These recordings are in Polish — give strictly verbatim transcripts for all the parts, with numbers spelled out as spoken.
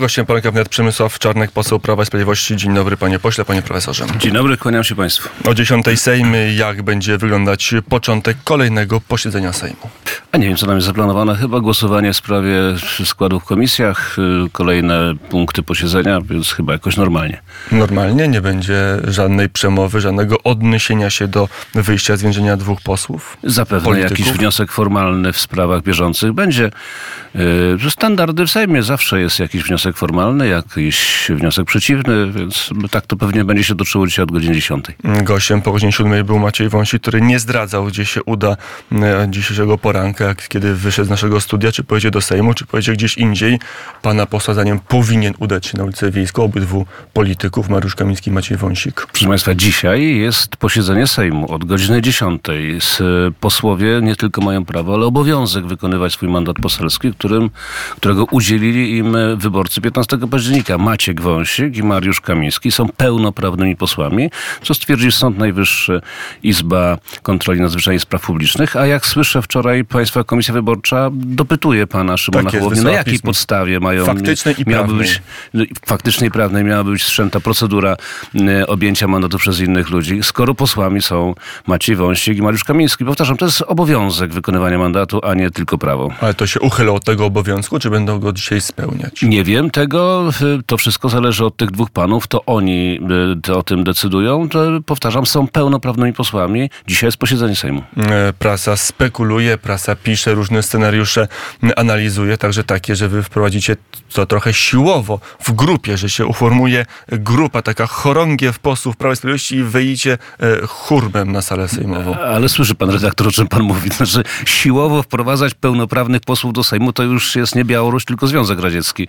Gościem poranka wnet Przemysław Czarnek, poseł Prawa i Sprawiedliwości. Dzień dobry, panie pośle, panie profesorze. Dzień dobry, kłaniam się państwu. O dziesiątej Sejm. Jak będzie wyglądać początek kolejnego posiedzenia Sejmu? A nie wiem, co tam jest zaplanowane. Chyba głosowanie w sprawie składu w komisjach, kolejne punkty posiedzenia, więc chyba jakoś normalnie. Normalnie? Nie będzie żadnej przemowy, żadnego odniesienia się do wyjścia z więzienia dwóch posłów? Zapewne polityków? Jakiś wniosek formalny w sprawach bieżących będzie. Standardy w Sejmie zawsze jest jakiś wniosek formalny, jakiś wniosek przeciwny, więc tak to pewnie będzie się toczyło dzisiaj od godziny dziesiątej. Gościem po godzinie siódmej był Maciej Wąsik, który nie zdradzał, gdzie się uda dzisiejszego poranka, jak kiedy wyszedł z naszego studia, czy pojedzie do Sejmu, czy pojedzie gdzieś indziej. Pana posła zdaniem powinien udać się na ulicę Wiejską, obydwu polityków, Mariusz Kamiński i Maciej Wąsik. Proszę państwa, dzisiaj jest posiedzenie Sejmu od godziny dziesiątej. Posłowie nie tylko mają prawo, ale obowiązek wykonywać swój mandat poselski, którym, którego udzielili im wyborcy piętnastego października. Maciek Wąsik i Mariusz Kamiński są pełnoprawnymi posłami, co stwierdził Sąd Najwyższy, Izba Kontroli Nadzwyczajnej i Spraw Publicznych. A jak słyszę, wczoraj Państwa Komisja Wyborcza dopytuje pana Szymona tak jest, Hołownię, na jakiej pismo. podstawie mają... Faktycznej i miałaby prawnej. być, faktycznej i prawnej miałaby być wszczęta procedura e, objęcia mandatu przez innych ludzi, skoro posłami są Maciej Wąsik i Mariusz Kamiński. Powtarzam, to jest obowiązek wykonywania mandatu, a nie tylko prawo. Ale to się uchylą od tego obowiązku, czy będą go dzisiaj spełniać? Nie wiem tego. To wszystko zależy od tych dwóch panów. To oni to o tym decydują. To, powtarzam, są pełnoprawnymi posłami. Dzisiaj jest posiedzenie Sejmu. Prasa spekuluje, prasa pisze, różne scenariusze analizuje, także takie, że wy wprowadzicie to trochę siłowo w grupie, że się uformuje grupa, taka chorągiew posłów Prawa i Sprawiedliwości i wyjdzie hurmem na salę sejmową. Ale słyszy pan redaktor, o czym pan mówi. Znaczy, siłowo wprowadzać pełnoprawnych posłów do Sejmu to już jest nie Białoruś, tylko Związek Radziecki.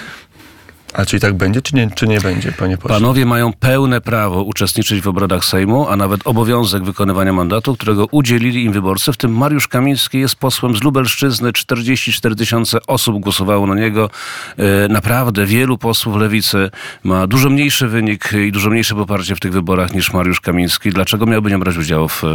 A czyli tak będzie, czy nie, czy nie będzie, panie pośle? Panowie mają pełne prawo uczestniczyć w obradach Sejmu, a nawet obowiązek wykonywania mandatu, którego udzielili im wyborcy, w tym Mariusz Kamiński jest posłem z Lubelszczyzny. czterdzieści cztery tysiące osób głosowało na niego. E, naprawdę wielu posłów Lewicy ma dużo mniejszy wynik i dużo mniejsze poparcie w tych wyborach niż Mariusz Kamiński. Dlaczego miałby nie brać udziału w,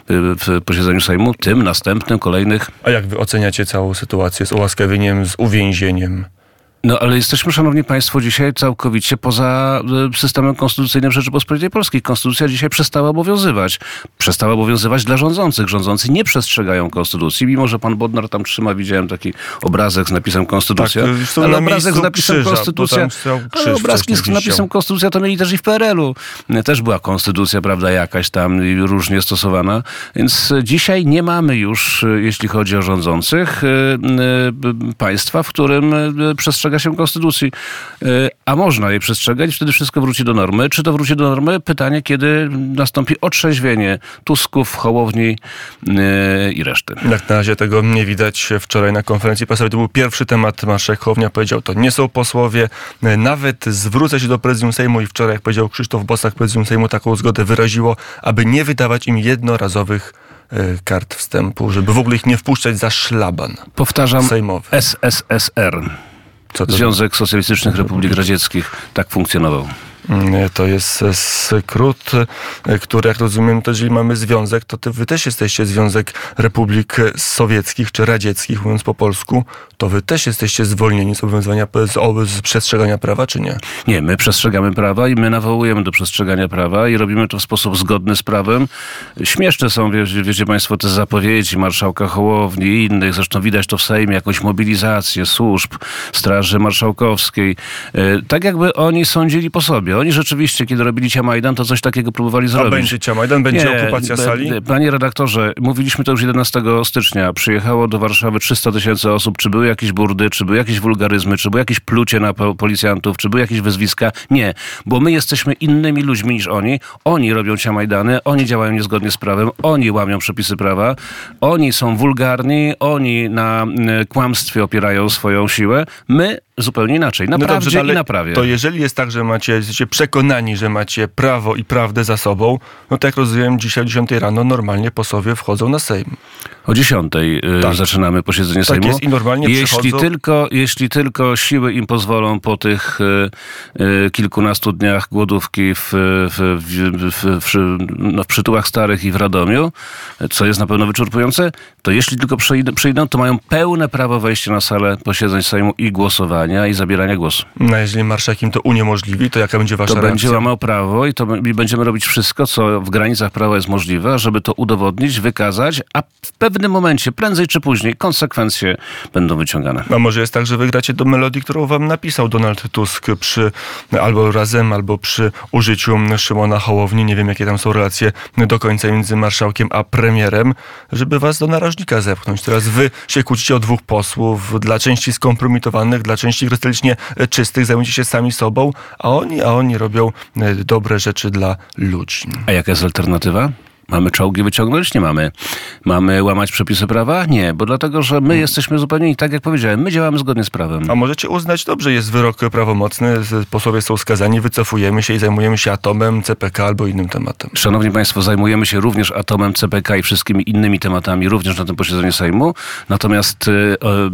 w posiedzeniu Sejmu? Tym, następnym, kolejnych. A jak wy oceniacie całą sytuację z ułaskawieniem, z uwięzieniem? No ale jesteśmy, szanowni państwo, dzisiaj całkowicie poza systemem konstytucyjnym Rzeczypospolitej Polskiej. Konstytucja dzisiaj przestała obowiązywać. Przestała obowiązywać dla rządzących. Rządzący nie przestrzegają konstytucji, mimo że pan Bodnar tam trzyma, widziałem taki obrazek z napisem Konstytucja. Tak, ale obrazek z napisem krzyża, Konstytucja, ale obrazki z napisem Konstytucja to mieli też i w P R L u. Też była konstytucja, prawda, jakaś tam różnie stosowana. Więc dzisiaj nie mamy już, jeśli chodzi o rządzących, państwa, w którym przestrzega się konstytucji, a można jej przestrzegać, wtedy wszystko wróci do normy. Czy to wróci do normy? Pytanie, kiedy nastąpi otrzeźwienie Tusków, Hołowni i reszty. Jak na razie tego nie widać. Wczoraj na konferencji prasowej to był pierwszy temat. Marszałek Hołownia powiedział, to nie są posłowie. Nawet zwrócę się do Prezydium Sejmu i wczoraj, jak powiedział Krzysztof Bosak, Prezydium Sejmu taką zgodę wyraziło, aby nie wydawać im jednorazowych kart wstępu, żeby w ogóle ich nie wpuszczać za szlaban. Powtarzam, sejmowy. S S S R. Co to Związek Socjalistycznych Republik Radzieckich tak funkcjonował. To jest skrót, który, jak rozumiem, to jeżeli mamy związek, to ty, wy też jesteście Związek Republik Sowieckich czy Radzieckich, mówiąc po polsku, to wy też jesteście zwolnieni z obowiązywania, z, z przestrzegania prawa, czy nie? Nie, my przestrzegamy prawa i my nawołujemy do przestrzegania prawa i robimy to w sposób zgodny z prawem. Śmieszne są, wie, wiecie państwo, te zapowiedzi marszałka Hołowni i innych, zresztą widać to w Sejmie, jakąś mobilizację służb, Straży Marszałkowskiej, tak jakby oni sądzili po sobie. Oni rzeczywiście, kiedy robili Ciamajdan, to coś takiego próbowali zrobić. A będzie Ciamajdan? Będzie nie, okupacja b- sali? Panie redaktorze, mówiliśmy to już jedenastego stycznia. Przyjechało do Warszawy trzysta tysięcy osób. Czy były jakieś burdy, czy były jakieś wulgaryzmy, czy było jakieś plucie na policjantów, czy były jakieś wyzwiska? Nie, bo my jesteśmy innymi ludźmi niż oni. Oni robią Ciamajdany, oni działają niezgodnie z prawem, oni łamią przepisy prawa, oni są wulgarni, oni na kłamstwie opierają swoją siłę. My zupełnie inaczej. Na no prawdzie dobrze, i na prawie. To jeżeli jest tak, że macie, jesteście przekonani, że macie prawo i prawdę za sobą, no tak jak rozumiem, dzisiaj o dziesiątej rano normalnie posłowie wchodzą na Sejm. O dziesiątej tak. zaczynamy posiedzenie tak Sejmu. Jest i normalnie jeśli przychodzą... tylko, jeśli tylko siły im pozwolą po tych y, y, kilkunastu dniach głodówki w, w, w, w, w, no, w Przytułach Starych i w Radomiu, co jest na pewno wyczerpujące, to jeśli tylko przyjdą, przyjdą, to mają pełne prawo wejścia na salę posiedzeń Sejmu i głosowania i zabierania głosu. No jeżeli marszałek im to uniemożliwi, to jaka będzie wasza to reakcja? To będzie łamał prawo i, to, i będziemy robić wszystko, co w granicach prawa jest możliwe, żeby to udowodnić, wykazać, a w pewnym momencie, prędzej czy później, konsekwencje będą wyciągane. A może jest tak, że wygracie do melodii, którą wam napisał Donald Tusk przy albo razem, albo przy użyciu Szymona Hołowni. Nie wiem, jakie tam są relacje do końca między marszałkiem a premierem, żeby was do narożnika zepchnąć. Teraz wy się kłócicie o dwóch posłów, dla części skompromitowanych, dla części krystycznie czystych, zajmujecie się sami sobą, a oni, a oni robią dobre rzeczy dla ludzi. A jaka jest alternatywa? Mamy czołgi wyciągnąć? Nie mamy. Mamy łamać przepisy prawa? Nie, bo dlatego, że my jesteśmy zupełnie, tak jak powiedziałem, my działamy zgodnie z prawem. A możecie uznać, dobrze, jest wyrok prawomocny, posłowie są skazani, wycofujemy się i zajmujemy się atomem, C P K albo innym tematem. Szanowni Państwo, zajmujemy się również atomem, C P K i wszystkimi innymi tematami, również na tym posiedzeniu Sejmu, natomiast y, y,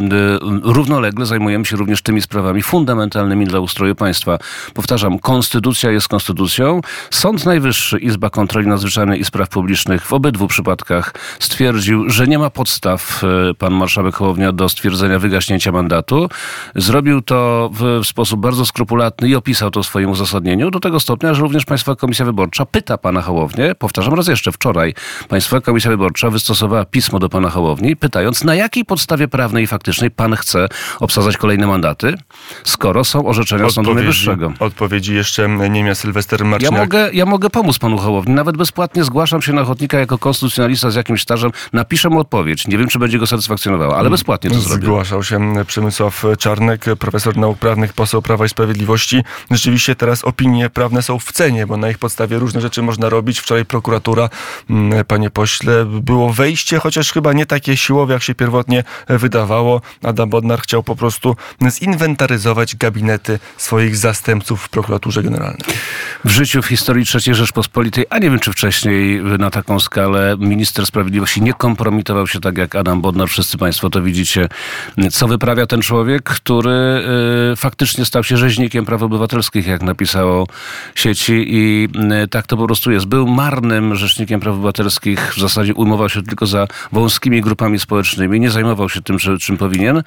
równolegle zajmujemy się również tymi sprawami fundamentalnymi dla ustroju państwa. Powtarzam, konstytucja jest konstytucją. Sąd Najwyższy, Izba Kontroli Nadzwyczajnej i Spraw Publicznych w obydwu przypadkach stwierdził, że nie ma podstaw pan marszałek Hołownia do stwierdzenia wygaśnięcia mandatu. Zrobił to w sposób bardzo skrupulatny i opisał to w swoim uzasadnieniu do tego stopnia, że również Państwowa Komisja Wyborcza pyta pana Hołownię, powtarzam raz jeszcze, wczoraj Państwowa Komisja Wyborcza wystosowała pismo do pana Hołowni, pytając, na jakiej podstawie prawnej i faktycznej pan chce obsadzać kolejne mandaty, skoro są orzeczenia Sądu Najwyższego. Odpowiedzi jeszcze Niemia Sylwester Marciniak. Ja mogę, ja mogę pomóc panu Hołowni, nawet bezpłatnie zgłaszam się na ochotnika jako konstytucjonalista z jakimś stażem, napiszę mu odpowiedź. Nie wiem, czy będzie go satysfakcjonowała, ale bezpłatnie to zrobię. Zgłaszał się Przemysław Czarnek, profesor nauk prawnych, poseł Prawa i Sprawiedliwości. Rzeczywiście teraz opinie prawne są w cenie, bo na ich podstawie różne rzeczy można robić. Wczoraj prokuratura, panie pośle, było wejście, chociaż chyba nie takie siłowe, jak się pierwotnie wydawało. Adam Bodnar chciał po prostu zinwentaryzować gabinety swoich zastępców w prokuraturze generalnej. W życiu, w historii trzeciej Rzeczpospolitej, a nie wiem, czy wcześniej na taką skalę minister sprawiedliwości nie kompromitował się tak jak Adam Bodnar. Wszyscy Państwo to widzicie. Co wyprawia ten człowiek, który y, faktycznie stał się rzeźnikiem praw obywatelskich, jak napisało sieci i y, tak to po prostu jest. Był marnym rzecznikiem praw obywatelskich. W zasadzie ujmował się tylko za wąskimi grupami społecznymi. Nie zajmował się tym, czym, czym powinien. Y,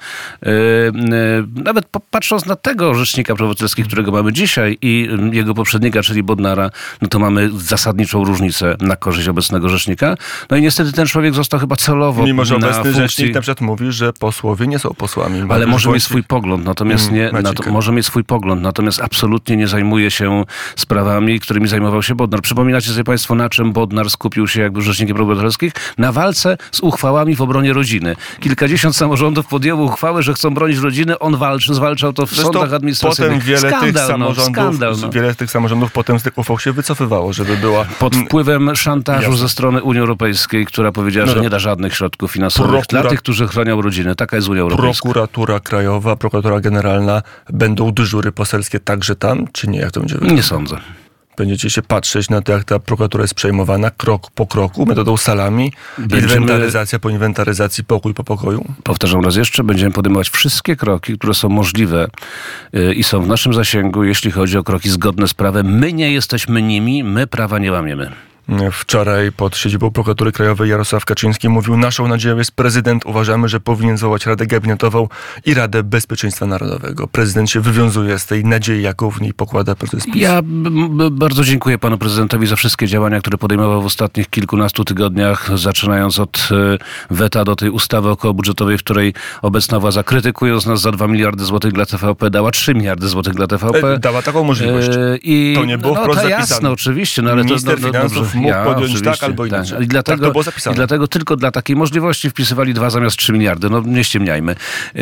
y, nawet patrząc na tego rzecznika praw obywatelskich, którego mamy dzisiaj i jego poprzednika, czyli Bodnara, no to mamy zasadniczą różnicę na korzyść obecnego rzecznika. No i niestety ten człowiek został chyba celowo Mimo, że obecny funkcji... rzecznik na przykład mówi, że posłowie nie są posłami. Ale może mieć swój pogląd, natomiast nie, na to, może mieć swój pogląd, natomiast absolutnie nie zajmuje się sprawami, którymi zajmował się Bodnar. Przypominacie sobie Państwo, na czym Bodnar skupił się jak był rzecznikiem praw obywatelskich? Na walce z uchwałami w obronie rodziny. Kilkadziesiąt samorządów podjęło uchwałę, że chcą bronić rodziny. On walczy, zwalczał to w Zresztą sądach administracyjnych. Potem wiele skandal, tych samorządów, no, skandal, no. wiele tych samorządów potem z tych uchwał się wycofywało, żeby była... Pod wpływem szantażu Jasne. ze strony Unii Europejskiej, która powiedziała, no że nie da żadnych środków finansowych Prokura... dla tych, którzy chronią rodzinę. Taka jest Unia Europejska. Prokuratura Krajowa, Prokuratura Generalna, będą dyżury poselskie także tam, czy nie? Jak to będzie wyglądać? Nie sądzę. Będziecie się patrzeć na to, jak ta prokuratura jest przejmowana krok po kroku, metodą salami, będziemy... inwentaryzacja po inwentaryzacji, pokój po pokoju? Powtarzam raz jeszcze, będziemy podejmować wszystkie kroki, które są możliwe yy, i są w naszym zasięgu, jeśli chodzi o kroki zgodne z prawem. My nie jesteśmy nimi, my prawa nie łamiemy. Wczoraj pod siedzibą Prokuratury Krajowej Jarosław Kaczyński mówił, naszą nadzieją jest prezydent. Uważamy, że powinien zwołać Radę Gabinetową i Radę Bezpieczeństwa Narodowego. Prezydent się wywiązuje z tej nadziei, jaką w niej pokłada prezes PiS. Ja b- b- bardzo dziękuję panu prezydentowi za wszystkie działania, które podejmował w ostatnich kilkunastu tygodniach, zaczynając od y, weta do tej ustawy okołobudżetowej, w której obecna władza, krytykując nas za dwa miliardy złotych dla T V P, dała trzy miliardy złotych dla T V P. E, dała taką możliwość. E, i, to nie było no, wprost to zapisane. Jasne, oczywiście. No, ale Minister to, no, finansów dobrze. mógł ja, podjąć oczywiście, tak albo inaczej. Tak. I dlatego, tak to było zapisane. I dlatego tylko dla takiej możliwości wpisywali dwa zamiast trzy miliardy. No nie ściemniajmy. Yy,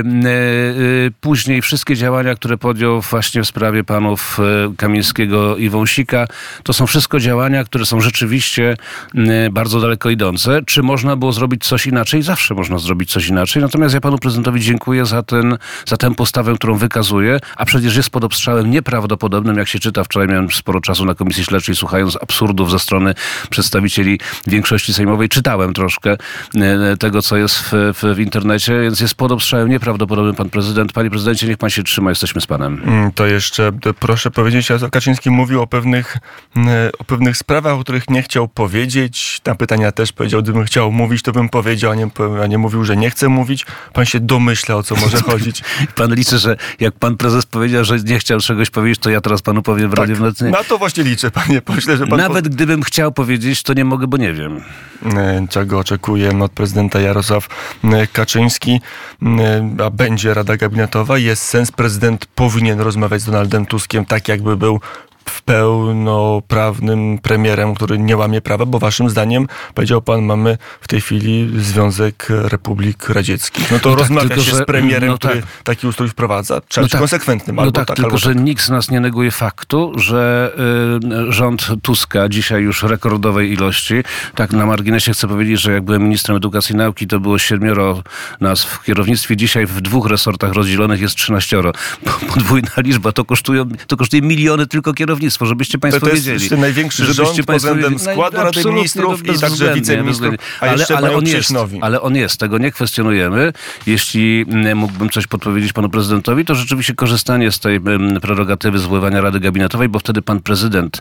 yy, później wszystkie działania, które podjął właśnie w sprawie panów Kamińskiego i Wąsika, to są wszystko działania, które są rzeczywiście yy, bardzo daleko idące. Czy można było zrobić coś inaczej? Zawsze można zrobić coś inaczej. Natomiast ja panu prezydentowi dziękuję za, ten, za tę postawę, którą wykazuje, a przecież jest pod obstrzałem nieprawdopodobnym, jak się czyta. Wczoraj miałem sporo czasu na Komisji Śledczej, słuchając absurdów ze strony przedstawicieli większości sejmowej. Czytałem troszkę tego, co jest w, w, w internecie, więc jest pod obstrzałem nieprawdopodobnym pan prezydent. Panie prezydencie, niech pan się trzyma, jesteśmy z panem. To jeszcze proszę powiedzieć, Jarosław Kaczyński mówił o pewnych, o pewnych sprawach, o których nie chciał powiedzieć. Na pytania też powiedział, gdybym chciał mówić, to bym powiedział, a nie, a nie mówił, że nie chce mówić. Pan się domyśla, o co może chodzić. Pan liczy, że jak pan prezes powiedział, że nie chciał czegoś powiedzieć, to ja teraz panu powiem w Radiu tak, w Nocy. Na to właśnie liczę, panie pośle, że pan... Nawet po... gdybym chciał powiedzieć, to nie mogę, bo nie wiem. Czego oczekuje od prezydenta Jarosław Kaczyński, a będzie Rada Gabinetowa. Jest sens, prezydent powinien rozmawiać z Donaldem Tuskiem tak, jakby był w pełnoprawnym premierem, który nie łamie prawa, bo waszym zdaniem, powiedział pan, mamy w tej chwili Związek Republik Radzieckich. No to no rozmawia tak, tylko, się że, z premierem, no który tak. taki ustrój wprowadza. Trzeba no być tak, konsekwentnym. No albo tak, tak, tylko albo że tak. nikt z nas nie neguje faktu, że y, rząd Tuska, dzisiaj już rekordowej ilości, tak na marginesie chcę powiedzieć, że jak byłem ministrem edukacji i nauki, to było siedmioro nas w kierownictwie. Dzisiaj w dwóch resortach rozdzielonych jest trzynaścioro. Podwójna liczba, to, kosztują, to kosztuje miliony tylko kierownictwo, żebyście państwo to, to jest wiedzieli. To jest największy rząd pod względem składu Rady Ministrów i także wiceministrów, a ale, jeszcze ale mają on jest, nowi. ale on jest, tego nie kwestionujemy. Jeśli mógłbym coś podpowiedzieć panu prezydentowi, to rzeczywiście korzystanie z tej prerogatywy zwoływania Rady Gabinetowej, bo wtedy pan prezydent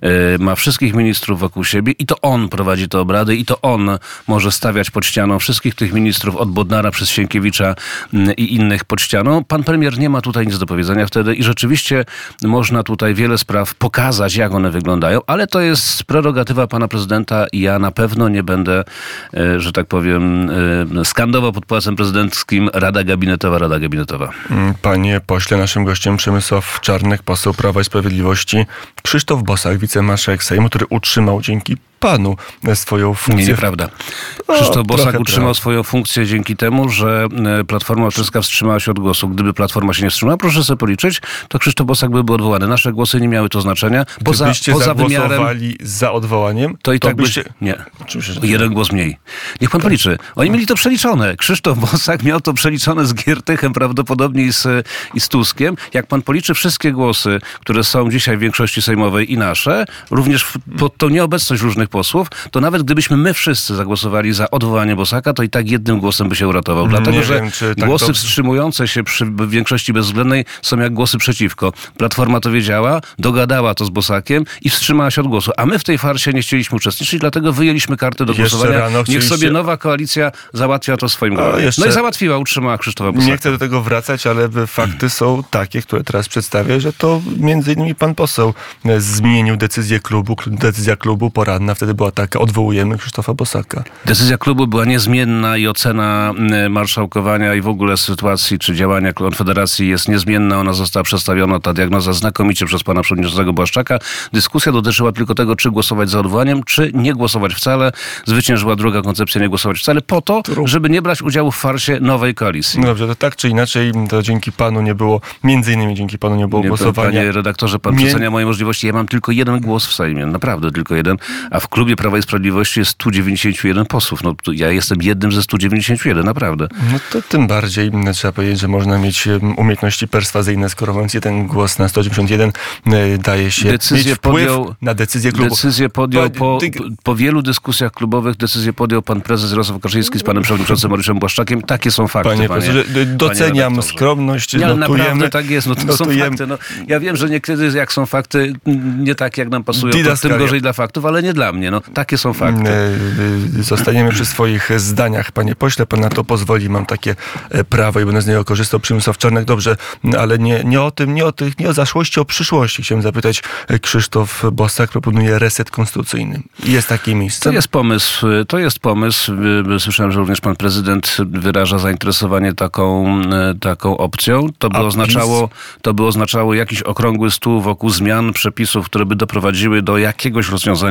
ma wszystkich ministrów wokół siebie i to on prowadzi te obrady i to on może stawiać pod ścianą wszystkich tych ministrów od Bodnara przez Sienkiewicza i innych pod ścianą. Pan premier nie ma tutaj nic do powiedzenia wtedy i rzeczywiście można tutaj wiele spraw pokazać, jak one wyglądają, ale to jest prerogatywa pana prezydenta i ja na pewno nie będę, że tak powiem, skandował pod pałacem prezydenckim Rada Gabinetowa, Rada Gabinetowa. Panie pośle, naszym gościem Przemysław Czarnek, poseł Prawa i Sprawiedliwości, Krzysztof Bosak, wicemarszałek Sejmu, który utrzymał dzięki panu swoją funkcję. Nie, nieprawda. Krzysztof Bosak utrzymał prawda. swoją funkcję dzięki temu, że Platforma Obywatelska wstrzymała się od głosu. Gdyby Platforma się nie wstrzymała, proszę sobie policzyć, to Krzysztof Bosak byłby odwołany. Nasze głosy nie miały to znaczenia. Poza, Gdybyście poza zagłosowali wymiarem, za odwołaniem, to i to tak byście... by... Nie. Oczywiście, że Jeden głos mniej. Niech pan policzy. Oni mieli to przeliczone. Krzysztof Bosak miał to przeliczone z Giertychem prawdopodobnie i z, i z Tuskiem. Jak pan policzy wszystkie głosy, które są dzisiaj w większości sejmowej i nasze, również pod tą nieobecność różnych posłów, to nawet gdybyśmy my wszyscy zagłosowali za odwołanie Bosaka, to i tak jednym głosem by się uratował. Dlatego, nie że wiem, tak głosy dobrze. wstrzymujące się przy większości bezwzględnej są jak głosy przeciwko. Platforma to wiedziała, dogadała to z Bosakiem i wstrzymała się od głosu. A my w tej farsie nie chcieliśmy uczestniczyć, dlatego wyjęliśmy kartę do Jeszcze głosowania. rano Niech chcieliście... sobie nowa koalicja załatwia to swoim głosem. Jeszcze... No i załatwiła, utrzymała Krzysztofa Bosaka. Nie chcę do tego wracać, ale fakty są takie, które teraz przedstawię, że to między innymi pan poseł zmienił decyzję klubu. Decyzja klubu poranna wtedy była taka, odwołujemy Krzysztofa Bosaka. Decyzja klubu była niezmienna i ocena marszałkowania i w ogóle sytuacji czy działania Konfederacji jest niezmienna. Ona została przedstawiona, ta diagnoza, znakomicie przez pana przewodniczącego Błaszczaka. Dyskusja dotyczyła tylko tego, czy głosować za odwołaniem, czy nie głosować wcale. Zwyciężyła druga koncepcja, nie głosować wcale, po to, żeby nie brać udziału w farsie nowej koalicji. No dobrze, to tak czy inaczej, to dzięki panu nie było, między innymi dzięki panu nie było nie, głosowania. Panie redaktorze, pan nie... przecenia moje możliwości. Ja mam tylko jeden głos w Sejmie, naprawdę tylko jeden, a w klubie Prawa i Sprawiedliwości jest stu dziewięćdziesięciu jeden posłów. No, ja jestem jednym ze stu dziewięćdziesięciu jeden, naprawdę. No to tym bardziej trzeba powiedzieć, że można mieć umiejętności perswazyjne, skoro mówiąc jeden głos na sto dziewięćdziesiąt jeden daje się decyzję mieć wpływ podjął, na decyzję klubu. Decyzję podjął po, po, po wielu dyskusjach klubowych, decyzję podjął pan prezes Jarosław Kaczyński z panem przewodniczącym Mariuszem Błaszczakiem. Takie są fakty, panie, panie profesorze. Doceniam panie skromność, nie, ale notujemy. Naprawdę tak jest, no to notujemy. są fakty. No, ja wiem, że niekiedy jak są fakty nie tak jak nam pasują, to tym gorzej dla faktów, ale nie dla mnie. No, takie są fakty. Zostaniemy przy swoich zdaniach, panie pośle. Pan na to pozwoli. Mam takie prawo i będę z niego korzystał. Przemysław Czarnek, dobrze, ale nie, nie o tym, nie o tych, nie o zaszłości, o przyszłości. Chciałem zapytać. Krzysztof Bosak proponuje reset konstytucyjny. Jest takie miejsce? To jest pomysł. To jest pomysł. Słyszałem, że również pan prezydent wyraża zainteresowanie taką, taką opcją. To by, oznaczało, to by oznaczało jakiś okrągły stół wokół zmian przepisów, które by doprowadziły do jakiegoś rozwiązania tej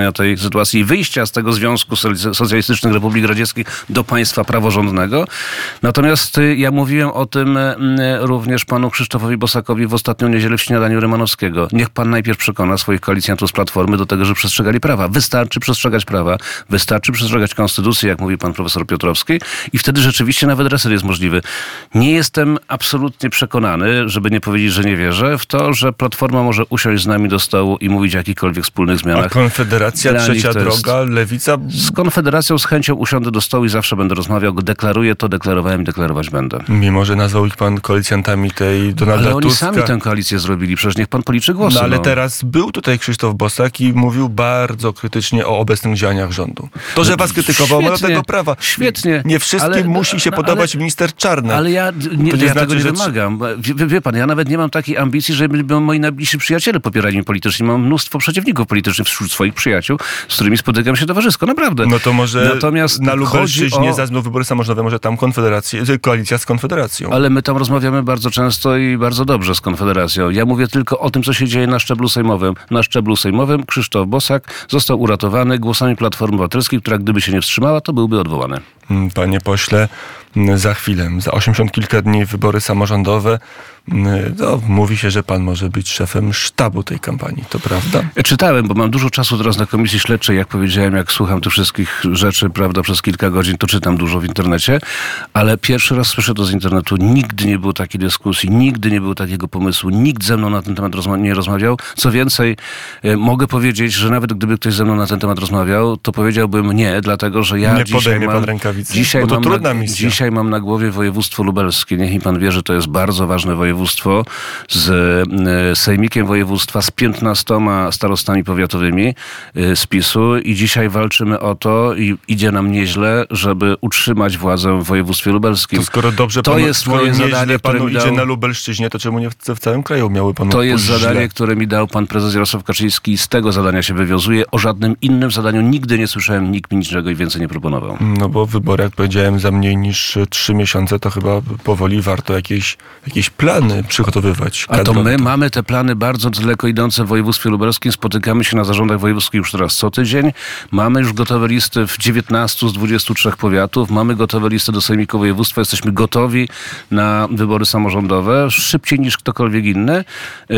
sytuacji i wyjścia z tego Związku Socjalistycznych Republik Radzieckich do państwa praworządnego. Natomiast ja mówiłem o tym również panu Krzysztofowi Bosakowi w ostatnią niedzielę w śniadaniu Rymanowskiego. Niech pan najpierw przekona swoich koalicjantów z Platformy do tego, że przestrzegali prawa. Wystarczy przestrzegać prawa, wystarczy przestrzegać konstytucji, jak mówi pan profesor Piotrowski, i wtedy rzeczywiście nawet reset jest możliwy. Nie jestem absolutnie przekonany, żeby nie powiedzieć, że nie wierzę, w to, że Platforma może usiąść z nami do stołu i mówić o jakichkolwiek wspólnych zmianach. A Konfederacja, Trzecia Droga, jest... Lewica? Z Konfederacją z chęcią usiądę do stołu i zawsze będę rozmawiał. Deklaruję to, deklarowałem i deklarować będę. Mimo, że nazwał ich pan koalicjantami tej Donalda Ale oni Tuska. sami tę koalicję zrobili, przecież niech pan policzy głosy. No ale no. teraz był tutaj Krzysztof Bosak i mówił bardzo krytycznie o obecnych działaniach rządu. To, że no, was krytykował, ma do tego prawa. Świetnie. Nie wszystkim ale, musi się podobać ale, minister Czarnek. Ale ja, nie, nie ja znaczy, tego nie że... wymagam. Wie, wie pan, ja nawet nie mam takiej ambicji, żeby moi najbliżsi przyjaciele popierali mnie politycznie. Mam mnóstwo przeciwników politycznych wśród swoich przyjaciół, z którymi spotykam się towarzysko. Naprawdę. No to może Natomiast na Lubelszczyźnie o... za znów wybory samorządowe, może tam konfederację, koalicja z Konfederacją. Ale my tam rozmawiamy bardzo często i bardzo dobrze z Konfederacją. Ja mówię tylko o tym, co się dzieje na szczeblu sejmowym. Na szczeblu sejmowym Krzysztof Bosak został uratowany głosami Platformy Obywatelskiej, która gdyby się nie wstrzymała, to byłby odwołany. Panie pośle, za chwilę, za osiemdziesiąt kilka dni wybory samorządowe. No, mówi się, że pan może być szefem sztabu tej kampanii. To prawda? Czytałem, bo mam dużo czasu teraz na Komisji Śledczej. Jak powiedziałem, jak słucham tych wszystkich rzeczy, prawda, przez kilka godzin, to czytam dużo w internecie. Ale pierwszy raz słyszę to z internetu. Nigdy nie było takiej dyskusji, nigdy nie było takiego pomysłu. Nikt ze mną na ten temat rozma- nie rozmawiał. Co więcej, e, mogę powiedzieć, że nawet gdyby ktoś ze mną na ten temat rozmawiał, to powiedziałbym nie, dlatego że ja nie dzisiaj podejmie mam... pan rękawicy, dzisiaj bo to mam trudna na, misja. Dzisiaj mam na głowie województwo lubelskie. Niech mi pan wie, że to jest bardzo ważne województwo z e, sejmikiem województwa, z piętnastoma starostami powiatowymi e, z PiSu i dzisiaj walczymy o to i idzie nam nieźle, żeby utrzymać władzę w województwie lubelskim. To skoro dobrze to panu, jest moje nieźle zadanie, panu które idzie dał... na Lubelszczyźnie, to czemu nie w, w całym kraju miały panu To jest zadanie, źle? które mi dał pan prezes Jarosław Kaczyński i z tego zadania się wywiązuje. O żadnym innym zadaniu nigdy nie słyszałem, nikt mi niczego i więcej nie proponował. No bo wybory, jak powiedziałem, za mniej niż trzy miesiące, to chyba powoli warto jakieś, jakieś plany przygotowywać. A to my mamy te plany bardzo daleko idące w województwie lubelskim. Spotykamy się na zarządach wojewódzkich już teraz co tydzień. Mamy już gotowe listy w dziewiętnastu z dwudziestu trzech powiatów. Mamy gotowe listy do sejmiku województwa. Jesteśmy gotowi na wybory samorządowe. Szybciej niż ktokolwiek inny. Yy,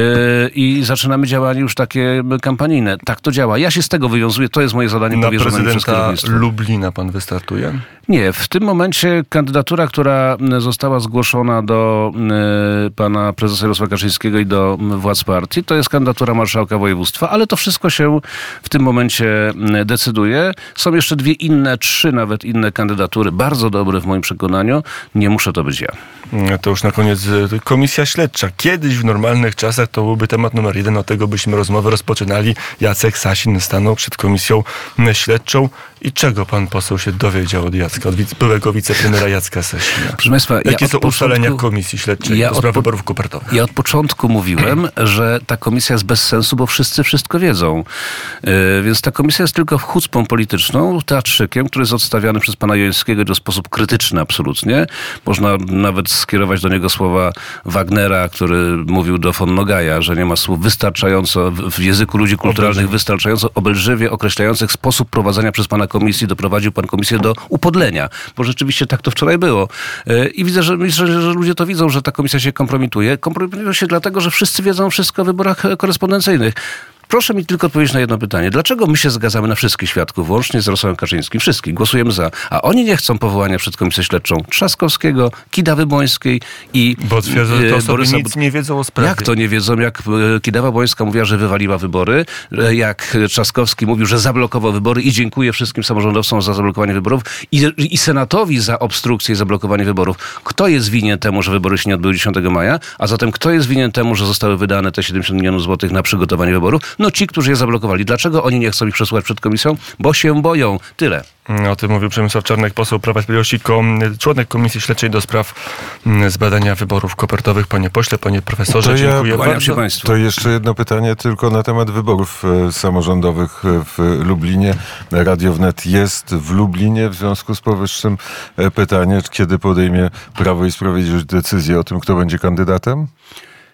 I zaczynamy działanie już takie kampanijne. Tak to działa. Ja się z tego wywiązuję. To jest moje zadanie Na powierzone mi przez prezydenta kierownictwo. Lublina pan wystartuje? Nie. W tym momencie kandydatura, która została zgłoszona do y, pana prezesa Jarosława Kaczyńskiego i do władz partii, to jest kandydatura marszałka województwa, ale to wszystko się w tym momencie decyduje. Są jeszcze dwie inne, trzy nawet inne kandydatury, bardzo dobre w moim przekonaniu. Nie muszę to być ja. To już na koniec komisja śledcza. Kiedyś w normalnych czasach to byłby temat numer jeden, od tego byśmy rozmowę rozpoczynali. Jacek Sasin stanął przed komisją śledczą. I czego pan poseł się dowiedział od Jacka, od wice, byłego wicepremiera Jacka Sasina? Proszę państwa, Jakie ja są początku, ustalenia komisji śledczej ja do spraw po, wyborów kopertowych? Ja od początku mówiłem, że ta komisja jest bez sensu, bo wszyscy wszystko wiedzą. Yy, więc ta komisja jest tylko chucpą polityczną, teatrzykiem, który jest odstawiany przez pana Jońskiego w sposób krytyczny absolutnie. Można nawet skierować do niego słowa Wagnera, który mówił do von Nogaja, że nie ma słów wystarczająco, w języku ludzi kulturalnych obelżywie. wystarczająco obelżywie określających sposób prowadzenia przez pana komisji. Doprowadził pan komisję do upodlenia, bo rzeczywiście tak to wczoraj było. Yy, I widzę, że, że, że ludzie to widzą, że ta komisja się kompromituje. Kompromitują się dlatego, że wszyscy wiedzą wszystko o wyborach korespondencyjnych. Proszę mi tylko odpowiedzieć na jedno pytanie. Dlaczego my się zgadzamy na wszystkich świadków, włącznie z Jarosławem Kaczyńskim? Wszystkich. Głosujemy za. A oni nie chcą powołania przed Komisją Śledczą Trzaskowskiego, Kidawy-Błońskiej i Bo twierdzą, że te osoby Borysa... nic nie wiedzą o sprawie. Jak to nie wiedzą? Jak Kidawa-Błońska mówiła, że wywaliła wybory, jak Trzaskowski mówił, że zablokował wybory i dziękuję wszystkim samorządowcom za zablokowanie wyborów i, i Senatowi za obstrukcję i zablokowanie wyborów. Kto jest winien temu, że wybory się nie odbyły dziesiątego maja? A zatem kto jest winien temu, że zostały wydane te siedemdziesiąt milionów złotych na przygotowanie wyborów? No ci, którzy je zablokowali. Dlaczego oni nie chcą ich przesłuchać przed komisją? Bo się boją. Tyle. O tym mówił Przemysław Czarnek, poseł Prawa i Sprawiedliwości, członek Komisji Śledczej do spraw zbadania wyborów kopertowych. Panie pośle, panie profesorze, to dziękuję ja, bardzo. Się państwu. To jeszcze jedno pytanie tylko na temat wyborów samorządowych w Lublinie. Radio Wnet jest w Lublinie. W związku z powyższym pytanie, kiedy podejmie Prawo i Sprawiedliwość decyzję o tym, kto będzie kandydatem?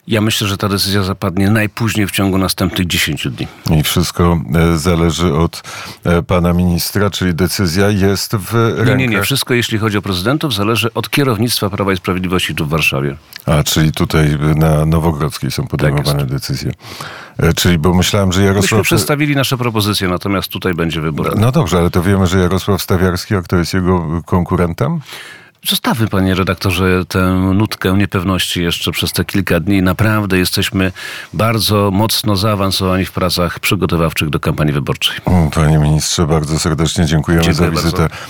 Ja myślę, że ta decyzja zapadnie najpóźniej w ciągu następnych dziesięciu dni. I wszystko zależy od pana ministra, czyli decyzja jest w rękach... Nie, nie, nie. Wszystko, jeśli chodzi o prezydentów, zależy od kierownictwa Prawa i Sprawiedliwości tu w Warszawie. A, czyli tutaj na Nowogrodzkiej są podejmowane tak decyzje. Czyli, bo myślałem, że Jarosław... Myśmy przedstawili nasze propozycje, natomiast tutaj będzie wybór. No dobrze, ale to wiemy, że Jarosław Stawiarski, a kto jest jego konkurentem? Zostawmy, panie redaktorze, tę nutkę niepewności jeszcze przez te kilka dni. Naprawdę jesteśmy bardzo mocno zaawansowani w pracach przygotowawczych do kampanii wyborczej. Panie ministrze, bardzo serdecznie dziękujemy Dziękuję za wizytę. bardzo.